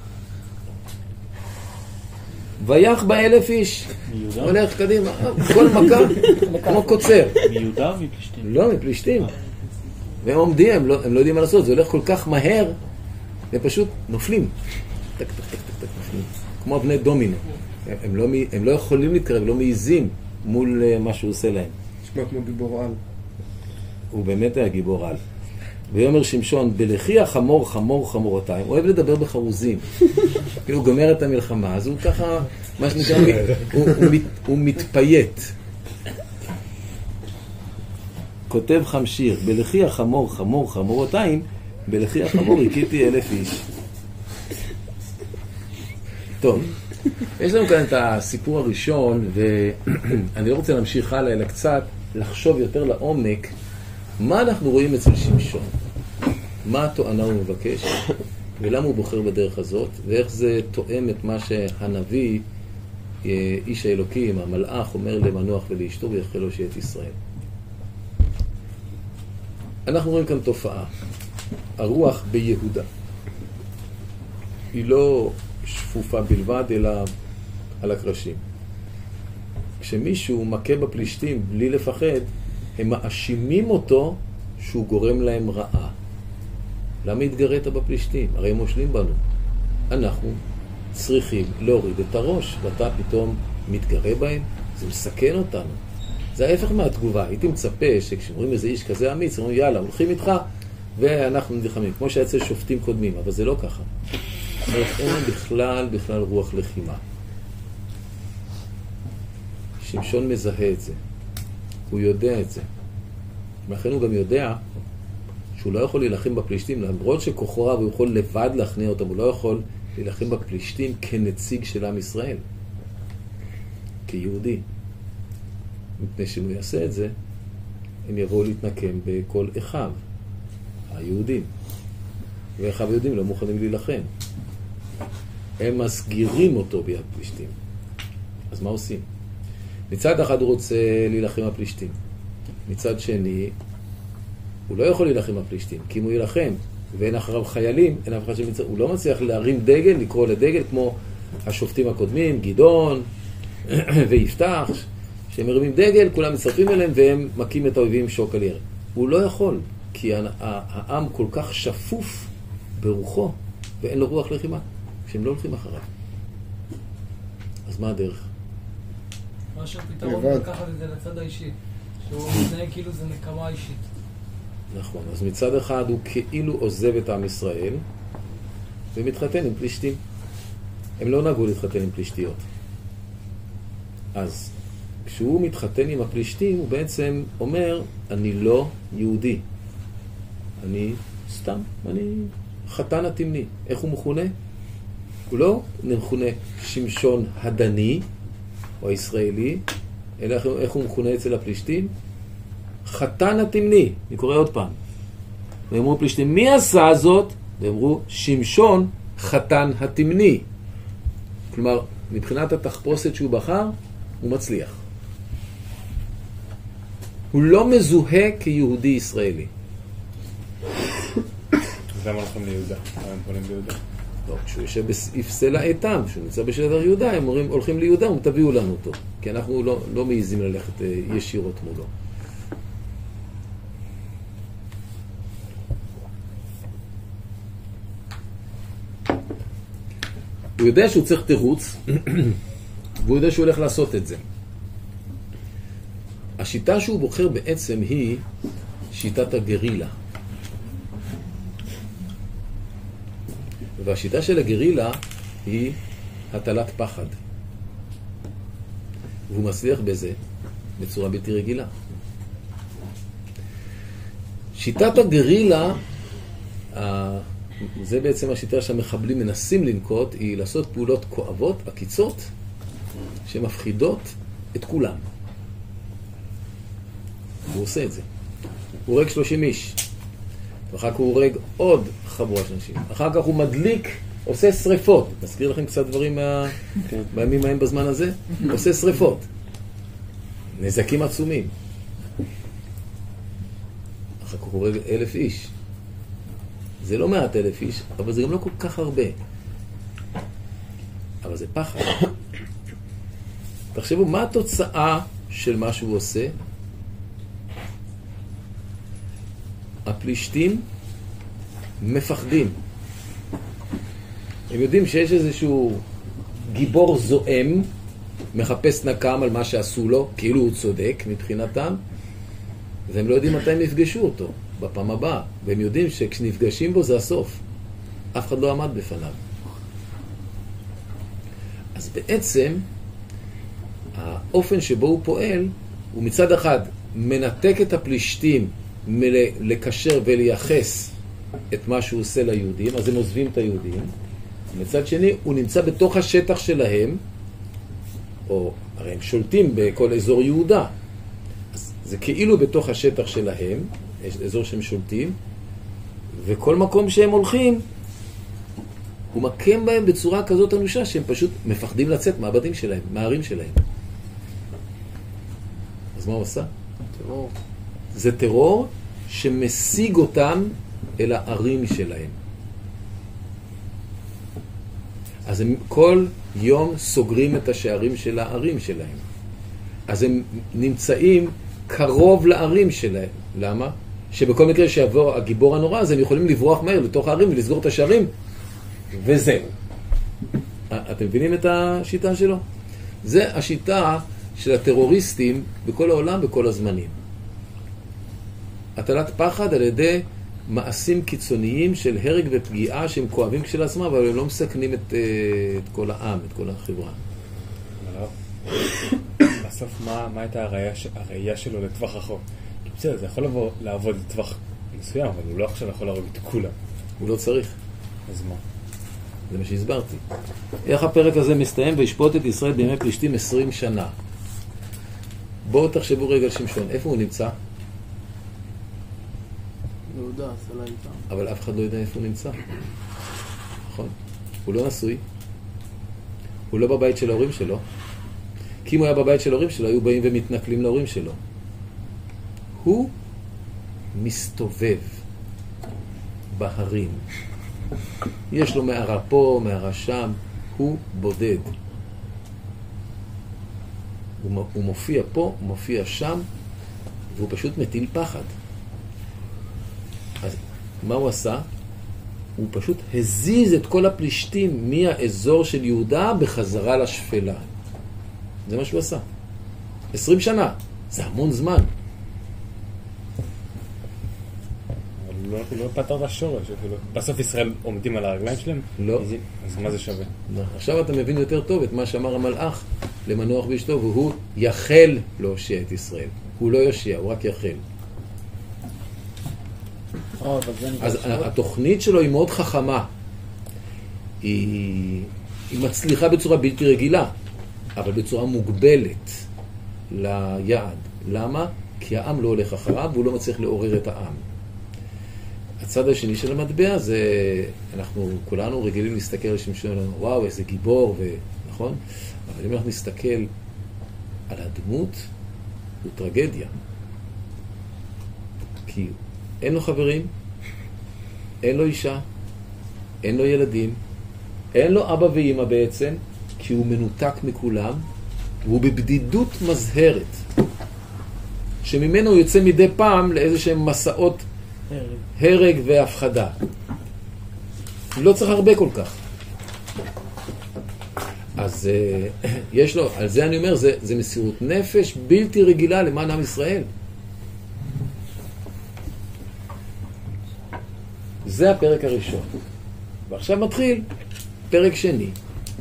ויח באלף איש. הולך קדימה. כל מכה כמו קוצר. מיהודה או מפלישתים? לא, מפלישתים. והם עומדים, הם לא, הם לא יודעים מה לעשות. זה הולך כל כך מהר, והם פשוט נופלים. טק, טק, טק, טק, טק, נופלים. כמו בני דומינו. הם, הם, לא, הם לא יכולים להתקרב, לא מעיזים מול uh, מה שהוא עושה להם. נשמע כמו גיבור על. הוא באמת היה גיבור על. ויאמר שמשון, בלחי החמור חמור חמורותיים. הוא אוהב לדבר בחרוזים. כאילו הוא גומר את המלחמה, אז הוא ככה, מה שנקרא, הוא, הוא, מת, הוא מתפייט. כותב חמשיר, בלחי החמור חמור חמורותיים, בלחי החמור הכיתי אלף איש. טוב, יש לנו כאן את הסיפור הראשון, ואני לא רוצה להמשיך הלאה, אלא קצת לחשוב יותר לעומק, מה אנחנו רואים אצל שמשון? מה התואנה הוא מבקש? ולמה הוא בוחר בדרך הזאת? ואיך זה תואם את מה שהנביא, איש האלוקים, המלאך, אומר למנוח ולאשתו ויחל לו שאת ישראל. אנחנו רואים כאן תופעה. הרוח ביהודה. היא לא שפופה בלבד, אלא על הקרשים. כשמישהו מכה בפלישתים בלי לפחד, הם מאשימים אותו שהוא גורם להם רעה. למה התגרית בפלישתים? הרי הם מושלים בנו. אנחנו צריכים להוריד את הראש, ואתה פתאום מתגרה בהם? זה מסכן אותנו. זה ההפך מהתגובה. הייתי מצפה שכשאומרים איזה איש כזה אמיץ, אומרים יאללה, הולכים איתך ואנחנו נלחמים, כמו שהיה אצל שופטים קודמים, אבל זה לא ככה. זאת אומרת, אין להם בכלל, בכלל רוח לחימה. שמשון מזהה את זה. הוא יודע את זה. ולכן הוא גם יודע שהוא לא יכול להילחם בפלישתים, למרות שכוחו רב הוא יכול לבד להכניע אותם, הוא לא יכול להילחם בפלישתים כנציג של עם ישראל, כיהודי. מפני שאם הוא יעשה את זה, הם יבואו להתנקם בכל אחיו, היהודים. ואחיו היהודים לא מוכנים להילחם. הם מסגירים אותו ביד פלישתים. אז מה עושים? מצד אחד הוא רוצה להילחם בפלישתים. מצד שני, הוא לא יכול להילחם בפלישתים, כי אם הוא ילחם ואין אחריו חיילים, אין אף אחד שמצא, הוא לא מצליח להרים דגל, לקרוא לדגל כמו השופטים הקודמים, גדעון ויפתח, שהם מרימים דגל, כולם מצטרפים אליהם והם מכים את האויבים שוק על ירי. הוא לא יכול, כי העם כל כך שפוף ברוחו ואין לו רוח לחימה, שהם לא הולכים אחריו. אז מה הדרך? מה שפתרון לקחת את זה לצד האישי, שהוא מתנהג כאילו זה נקמה אישית. נכון, אז מצד אחד הוא כאילו עוזב את עם ישראל ומתחתן עם פלישתים. הם לא נהגו להתחתן עם פלישתיות. אז כשהוא מתחתן עם הפלישתים הוא בעצם אומר, אני לא יהודי, אני סתם, אני חתן התמני. איך הוא מכונה? הוא לא מכונה שמשון הדני או הישראלי, אלא איך הוא מכונה אצל הפלישתים? חתן התמני. אני קורא עוד פעם. ואמרו פלישתים, מי עשה זאת? ואמרו, שמשון חתן התמני. כלומר, מבחינת התחפושת שהוא בחר, הוא מצליח. הוא לא מזוהה כיהודי ישראלי. אז למה הולכים ליהודה? למה הם פונים ליהודה? לא, כשהוא יושב בסעיף סלע איתם, כשהוא נמצא בשדר יהודה, הם אומרים, הולכים ליהודה, הם תביאו לנו אותו. כי אנחנו לא, לא מעיזים ללכת ישירות מולו. הוא יודע שהוא צריך תירוץ, והוא יודע שהוא הולך לעשות את זה. השיטה שהוא בוחר בעצם היא שיטת הגרילה. והשיטה של הגרילה היא הטלת פחד. והוא מצליח בזה בצורה בלתי רגילה. שיטת הגרילה, זה בעצם השיטה שהמחבלים מנסים לנקוט, היא לעשות פעולות כואבות, עקיצות, שמפחידות את כולם. הוא עושה את זה. הוא הורג שלושים איש. ואחר כך הוא הורג עוד חבורה של אנשים. אחר כך הוא מדליק, עושה שריפות. מזכיר לכם קצת דברים מה... בימים ההם בזמן הזה? עושה שריפות. נזקים עצומים. אחר כך הוא הורג אלף איש. זה לא מעט אלף איש, אבל זה גם לא כל כך הרבה. אבל זה פחד. תחשבו, מה התוצאה של מה שהוא עושה? הפלישתים מפחדים. הם יודעים שיש איזשהו גיבור זועם, מחפש נקם על מה שעשו לו, כאילו הוא צודק מבחינתם, והם לא יודעים מתי הם יפגשו אותו, בפעם הבאה. והם יודעים שכשנפגשים בו זה הסוף. אף אחד לא עמד בפניו. אז בעצם, האופן שבו הוא פועל, הוא מצד אחד מנתק את הפלישתים לקשר ולייחס את מה שהוא עושה ליהודים, אז הם עוזבים את היהודים. מצד שני, הוא נמצא בתוך השטח שלהם, או הרי הם שולטים בכל אזור יהודה. אז זה כאילו בתוך השטח שלהם, יש אזור שהם שולטים, וכל מקום שהם הולכים, הוא מקם בהם בצורה כזאת אנושה, שהם פשוט מפחדים לצאת מהבתים שלהם, מהערים שלהם. אז מה הוא עושה? טרור. זה טרור שמשיג אותם אל הערים שלהם. אז הם כל יום סוגרים את השערים של הערים שלהם. אז הם נמצאים קרוב לערים שלהם. למה? שבכל מקרה שיבוא הגיבור הנורא, אז הם יכולים לברוח מהר לתוך הערים ולסגור את השערים, וזהו. אתם מבינים את השיטה שלו? זה השיטה של הטרוריסטים בכל העולם, בכל הזמנים. הטלת פחד על ידי מעשים קיצוניים של הרג ופגיעה שהם כואבים כשלעצמם, אבל הם לא מסכנים את, את כל העם, את כל החברה. בסוף מה, מה הייתה הראייה, הראייה שלו לטווח רחוק? כי בסדר, זה יכול לבוא, לעבוד לטווח מסוים, אבל הוא לא עכשיו יכול להרוג את כולם. הוא לא צריך. אז מה? זה מה שהסברתי. איך הפרק הזה מסתיים וישפוט את ישראל בימי פלישתים עשרים שנה? בואו תחשבו רגע על שמשון. איפה הוא נמצא? יהודה, סלע איתם. אבל אף אחד לא יודע איפה הוא נמצא. נכון? הוא לא נשוי. הוא לא בבית של ההורים שלו. כי אם הוא היה בבית של ההורים שלו, היו באים ומתנכלים להורים שלו. הוא מסתובב בהרים. יש לו מערה פה, מערה שם. הוא בודד. הוא, הוא מופיע פה, הוא מופיע שם, והוא פשוט מטיל פחד. אז מה הוא עשה? הוא פשוט הזיז את כל הפלישתים מהאזור של יהודה בחזרה לשפלה. זה מה שהוא עשה. עשרים שנה. זה המון זמן. אבל לא, לא פתר את השורש. בסוף ישראל עומדים על הרגליים שלהם? לא. אז מה זה שווה? עכשיו אתה מבין יותר טוב את מה שאמר המלאך למנוח ואשתו, והוא יחל להושיע את ישראל. הוא לא יושיע, הוא רק יחל. אז התוכנית שלו היא מאוד חכמה. היא, היא מצליחה בצורה בלתי רגילה, אבל בצורה מוגבלת ליעד. למה? כי העם לא הולך אחריו, והוא לא מצליח לעורר את העם. הצד השני של המטבע זה, אנחנו כולנו רגילים להסתכל על שמשון, וואו, איזה גיבור, ו... נכון? אבל אם אנחנו נסתכל על הדמות, הוא טרגדיה. כי אין לו חברים, אין לו אישה, אין לו ילדים, אין לו אבא ואמא בעצם, כי הוא מנותק מכולם, והוא בבדידות מזהרת, שממנו הוא יוצא מדי פעם לאיזה שהם מסעות הרג, הרג והפחדה. לא צריך הרבה כל כך. אז uh, יש לו, על זה אני אומר, זה, זה מסירות נפש בלתי רגילה למען עם ישראל. זה הפרק הראשון. ועכשיו מתחיל פרק שני.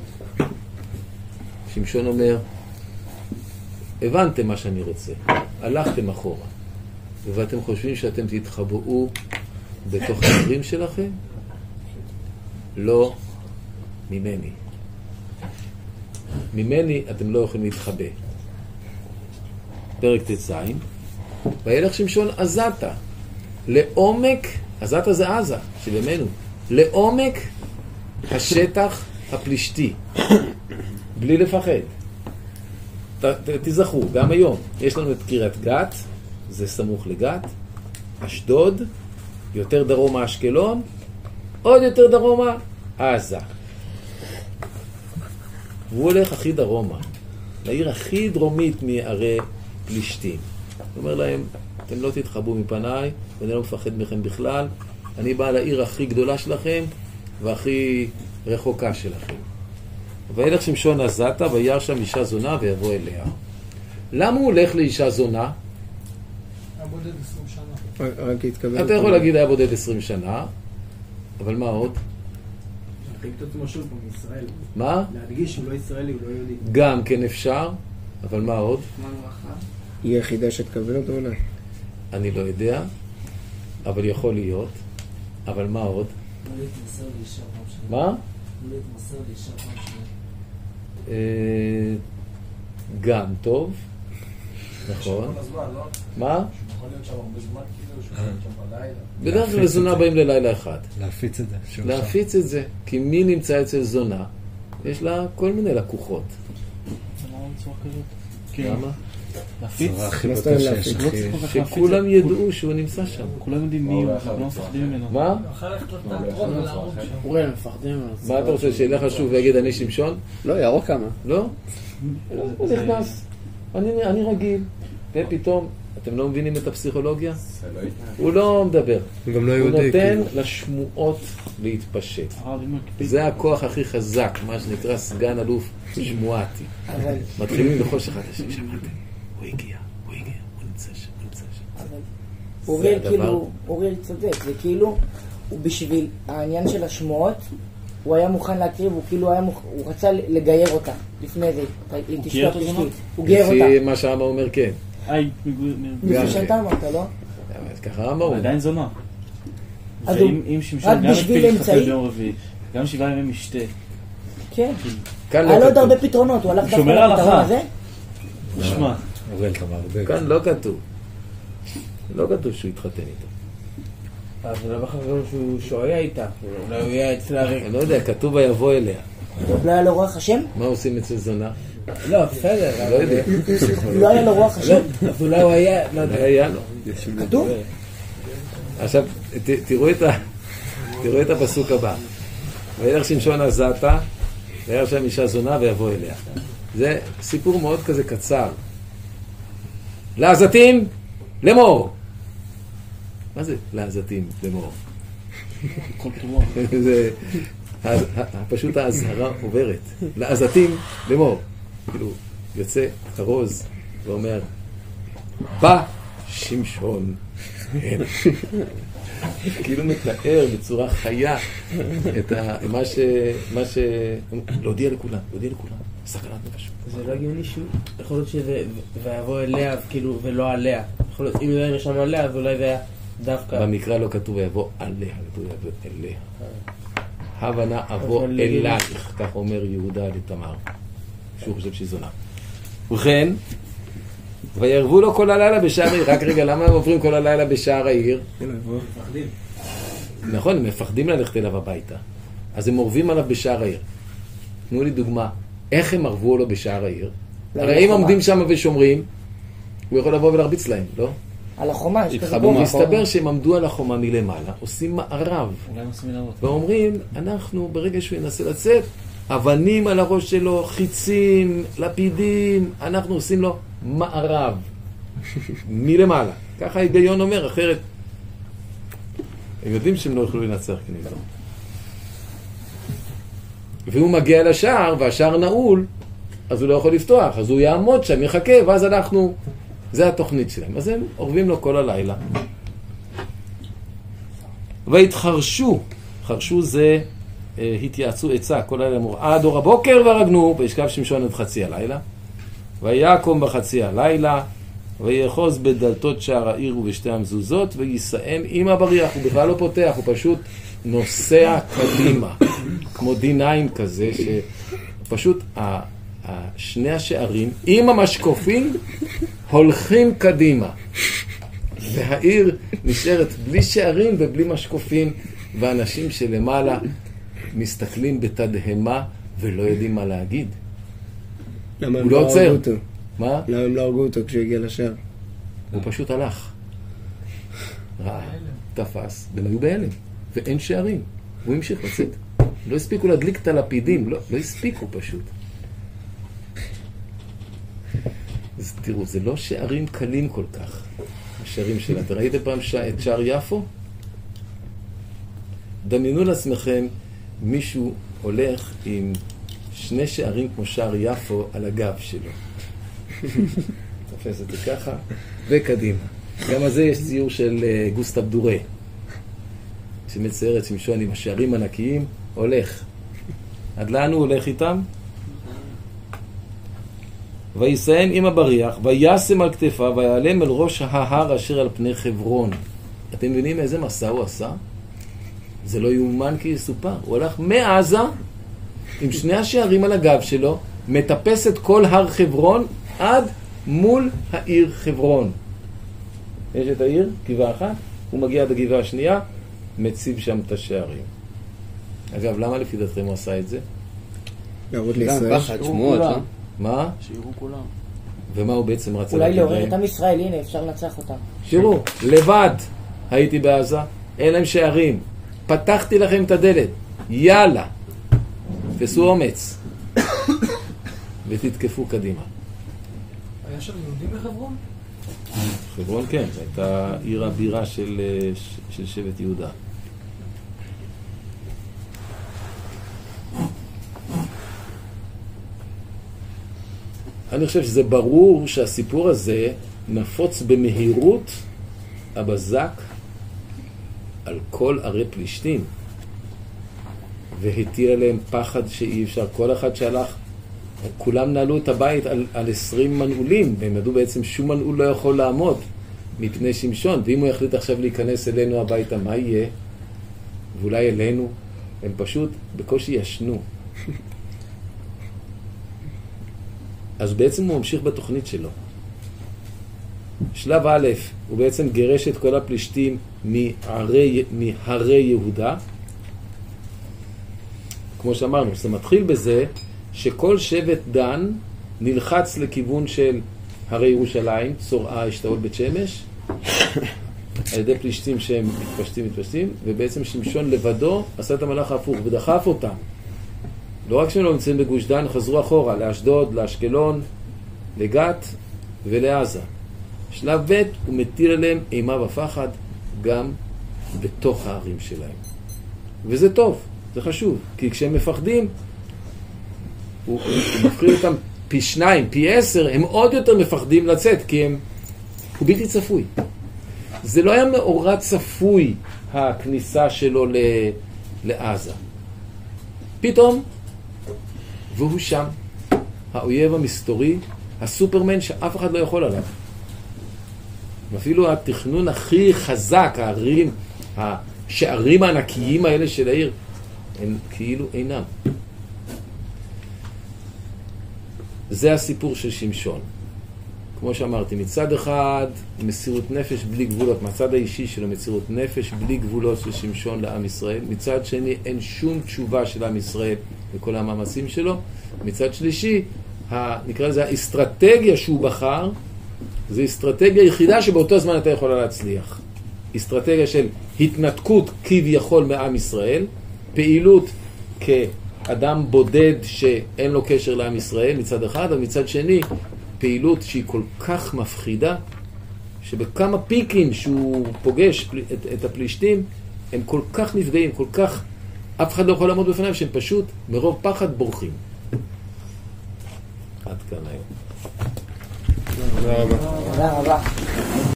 שמשון אומר, הבנתם מה שאני רוצה, הלכתם אחורה, ואתם חושבים שאתם תתחבאו בתוך הערים שלכם? לא ממני. ממני אתם לא יכולים להתחבא. פרק ת' וילך שמשון עזתה לעומק, עזתה זה עזה של ימינו, לעומק השטח הפלישתי, בלי לפחד. ת, ת, תזכרו, גם היום יש לנו את קריית גת, זה סמוך לגת, אשדוד, יותר דרומה אשקלון, עוד יותר דרומה עזה. והוא הולך הכי דרומה, לעיר הכי דרומית מערי פלישתים. הוא אומר להם, אתם לא תתחבאו מפניי, ואני לא מפחד מכם בכלל, אני בא לעיר הכי גדולה שלכם, והכי רחוקה שלכם. וילך שמשון עזתה, וירא שם אישה זונה, ויבוא אליה. למה הוא הולך לאישה זונה? היה בודד עשרים שנה. רק התכוון. אתה יכול להגיד, היה בודד עשרים שנה, אבל מה עוד? להדגיש את עצמו שוב פעם, ישראל. מה? להדגיש שהוא לא ישראלי, הוא לא יהודי. גם כן אפשר, אבל מה עוד? מה ברכה? היא היחידה שתכוון אותו אולי? אני לא יודע, אבל יכול להיות. אבל מה עוד? לא להתמסר לאישה פעם שנייה. מה? לא להתמסר לאישה פעם שנייה. גם טוב, נכון. מה? יכול להיות שם הרבה זמן כאילו, שהוא יכול להיות שם בלילה. בדרך כלל זונה באים ללילה אחד. להפיץ את זה. להפיץ את זה, כי מי נמצא אצל זונה? יש לה כל מיני לקוחות. למה בצורה כזאת? למה? להפיץ? שכולם ידעו שהוא נמצא שם. כולם יודעים מי הוא, אנחנו לא מפחדים ממנו. מה? אחר ללכת לתיאטרון ולהרוג שם. אורי, הם מפחדים ממנו. מה אתה רוצה, שילך שוב ויגיד אני שמשון? לא, ירוק כמה. לא? הוא נכנס. אני רגיל. ופתאום, אתם לא מבינים את הפסיכולוגיה? הוא לא מדבר. הוא גם לא הוא יהודי. נותן לשמועות להתפשט. זה הכוח הכי חזק, מה שנקרא סגן אלוף שמועתי. מתחילים לכל אחד השם, שמעתם? הוא הגיע, הוא הגיע, הוא נמצא שם, הוא נמצא שם. אוריאל כאילו, אוריאל צודק, זה כאילו, הוא בשביל העניין של השמועות, הוא היה מוכן להקריב, הוא כאילו היה מוכ... הוא רצה לגייר אותה לפני זה, עם תשתות פלישתית. הוא גייר אותה. לפי מה שהרמב"ם אומר, כן. לפי שאתה אמרת, לא? ככה הרמב"ם אומר. עדיין זונה. אז הוא... אם שמשון רק גם בשביל הקפיד אמצעי? להתחתן ביום רביעי, גם שבעה ימים משתה. כן. כאן היה לו עוד לא הרבה כתוב. פתרונות, הוא הלך דווקא שומר לפתרון הלכה. הזה. נשמע. אוראל, אתה מערבב. כאן לא כתוב. לא כתוב שהוא התחתן איתו. אז זה לא בכלל שהוא שוהיה איתה, אולי הוא יהיה אצלה רגע. אני לא יודע, כתוב ויבוא אליה. לא היה לו רוח השם? מה עושים אצל זונה? לא, בסדר. לא יודע. לא היה לו רוח השם? אז אולי הוא היה, לא יודע. היה לו. כתוב? עכשיו, ת- תראו את ה- תראו את הפסוק הבא. וילך שמשון עזתה, וירא שם אישה זונה ויבוא אליה. זה סיפור מאוד כזה קצר. לעזתים, לאמור. מה זה לעזתים, לאמור? כל תרוח. זה, ה- ה- פשוט ההזהרה עוברת. לעזתים, לאמור. כאילו, יוצא חרוז ואומר, בא שמשון. הנה. כאילו מתאר בצורה חיה את ה... מה ש... מה ש... להודיע לכולם, להודיע לכולם. סכנת נפשות. זה לא הגיוני שהוא, יכול להיות שזה, ויבוא אליה, כאילו, ולא עליה. יכול להיות, אם זה היה נרשם עליה, אז אולי זה היה דווקא. במקרא לא כתוב ויבוא עליה, כתוב ויבוא אליה. הבנה אבוא אלייך, כך אומר יהודה לתמר, שהוא חושב שהיא זונה. ובכן, וירבו לו כל הלילה בשער העיר. רק רגע, למה הם עוברים כל הלילה בשער העיר? מפחדים. נכון, הם מפחדים ללכת אליו הביתה. אז הם עורבים עליו בשער העיר. תנו לי דוגמה, איך הם ערבו לו בשער העיר? הרי אם עומדים שם ושומרים, הוא יכול לבוא ולהרביץ להם, לא? על החומה, יש כזה התחבאו, גובה. מסתבר שהם עמדו על החומה מלמעלה, עושים מערב, אולי הם עושים מנהרות. ואומרים, אנחנו ברגע שהוא ינסה לצאת, אבנים על הראש שלו, חיצים, לפידים, אנחנו עושים לו מערב מלמעלה. ככה ההיגיון אומר, אחרת הם יודעים שהם לא יוכלו לנצח כנגדו. והוא מגיע לשער, והשער נעול, אז הוא לא יכול לפתוח, אז הוא יעמוד שם, יחכה, ואז אנחנו, זה התוכנית שלהם. אז הם עורבים לו כל הלילה. והתחרשו, חרשו זה, אה, התייעצו עצה, כל הלילה אמרו, עד אור הבוקר ורגנו, וישכב שמשון עד חצי הלילה, ויקום בחצי הלילה, ויחוז בדלתות שער העיר ובשתי המזוזות, ויסיים עם הבריח, הוא בכלל לא פותח, הוא פשוט נוסע קדימה, כמו דיניים כזה, שפשוט ה- ה- שני השערים עם המשקופים הולכים קדימה, והעיר נשארת בלי שערים ובלי משקופים, ואנשים שלמעלה מסתכלים בתדהמה ולא יודעים מה להגיד. למה הוא הם לא לא עוצר. הרגו אותו? מה? למה הם לא הרגו אותו כשהוא הגיע לשער? הוא פשוט הלך. ראה, תפס, והם היו בהלם, ואין שערים. הוא המשיך לצאת. לא הספיקו להדליק את הלפידים, לא, לא הספיקו פשוט. אז תראו, זה לא שערים קלים כל כך, השערים שלה. אתם ראיתם פעם ש... את שער יפו? דמיינו לעצמכם, מישהו הולך עם שני שערים כמו שער יפו על הגב שלו. תופס את זה ככה, וקדימה. גם על זה יש ציור של uh, גוסטב דורה, שמצייר את שמשון עם השערים ענקיים, הולך. עד לאן הוא הולך איתם? ויסיים עם הבריח, וישם על כתפה, ויעלם אל ראש ההר אשר על פני חברון. אתם מבינים איזה מסע הוא עשה? זה לא יאומן כי יסופר. הוא הלך מעזה, עם שני השערים על הגב שלו, מטפס את כל הר חברון, עד מול העיר חברון. יש את העיר, גבעה אחת, הוא מגיע עד הגבעה השנייה, מציב שם את השערים. אגב, למה לפי דעתכם הוא עשה את זה? להראות גם לישראל. פחד, שמועות, לא? מה? שיראו כולם. ומה הוא בעצם רצה אולי להגיד לעורר להם? את עם ישראל, הנה, אפשר לנצח אותם. תראו, לבד הייתי בעזה, אין להם שערים, פתחתי לכם את הדלת, יאללה, תפסו אומץ ותתקפו קדימה. היה שם יהודים בחברון? חברון כן, הייתה עיר הבירה של, של שבט יהודה. אני חושב שזה ברור שהסיפור הזה נפוץ במהירות הבזק על כל ערי פלישתים. והטיל עליהם פחד שאי אפשר. כל אחד שהלך, כולם נעלו את הבית על, על עשרים מנעולים, והם ידעו בעצם שום מנעול לא יכול לעמוד מפני שמשון, ואם הוא יחליט עכשיו להיכנס אלינו הביתה, מה יהיה? ואולי אלינו, הם פשוט בקושי ישנו. אז בעצם הוא ממשיך בתוכנית שלו. שלב א', הוא בעצם גירש את כל הפלישתים מהרי, מהרי יהודה. כמו שאמרנו, זה מתחיל בזה שכל שבט דן נלחץ לכיוון של הרי ירושלים, צורעה, אשתאול, בית שמש, על ידי פלישתים שהם מתפשטים, מתפשטים, ובעצם שמשון לבדו עשה את המלאך ההפוך ודחף אותם. לא רק שהם לא נמצאים בגוש דן, חזרו אחורה, לאשדוד, לאשקלון, לגת ולעזה. שלב ב' הוא מטיל עליהם אימה ופחד גם בתוך הערים שלהם. וזה טוב, זה חשוב, כי כשהם מפחדים, הוא, הוא מפחיד אותם פי שניים, פי עשר, הם עוד יותר מפחדים לצאת, כי הם, הוא בלתי צפוי. זה לא היה מאורע צפוי, הכניסה שלו ל, לעזה. פתאום, והוא שם, האויב המסתורי, הסופרמן שאף אחד לא יכול עליו. ואפילו התכנון הכי חזק, הערים, השערים הענקיים האלה של העיר, הם כאילו אינם. זה הסיפור של שמשון. כמו שאמרתי, מצד אחד מסירות נפש בלי גבולות, מצד האישי שלו מסירות נפש בלי גבולות של שמשון לעם ישראל, מצד שני אין שום תשובה של עם ישראל לכל המאמצים שלו, מצד שלישי, ה, נקרא לזה האסטרטגיה שהוא בחר, זו אסטרטגיה יחידה שבאותו זמן אתה יכולה להצליח. אסטרטגיה של התנתקות כביכול מעם ישראל, פעילות כאדם בודד שאין לו קשר לעם ישראל מצד אחד, ומצד שני פעילות שהיא כל כך מפחידה, שבכמה פיקים שהוא פוגש את, את הפלישתים, הם כל כך נפגעים, כל כך, אף אחד לא יכול לעמוד בפניהם, שהם פשוט מרוב פחד בורחים. עד כאן היום. תודה רבה. תודה רבה.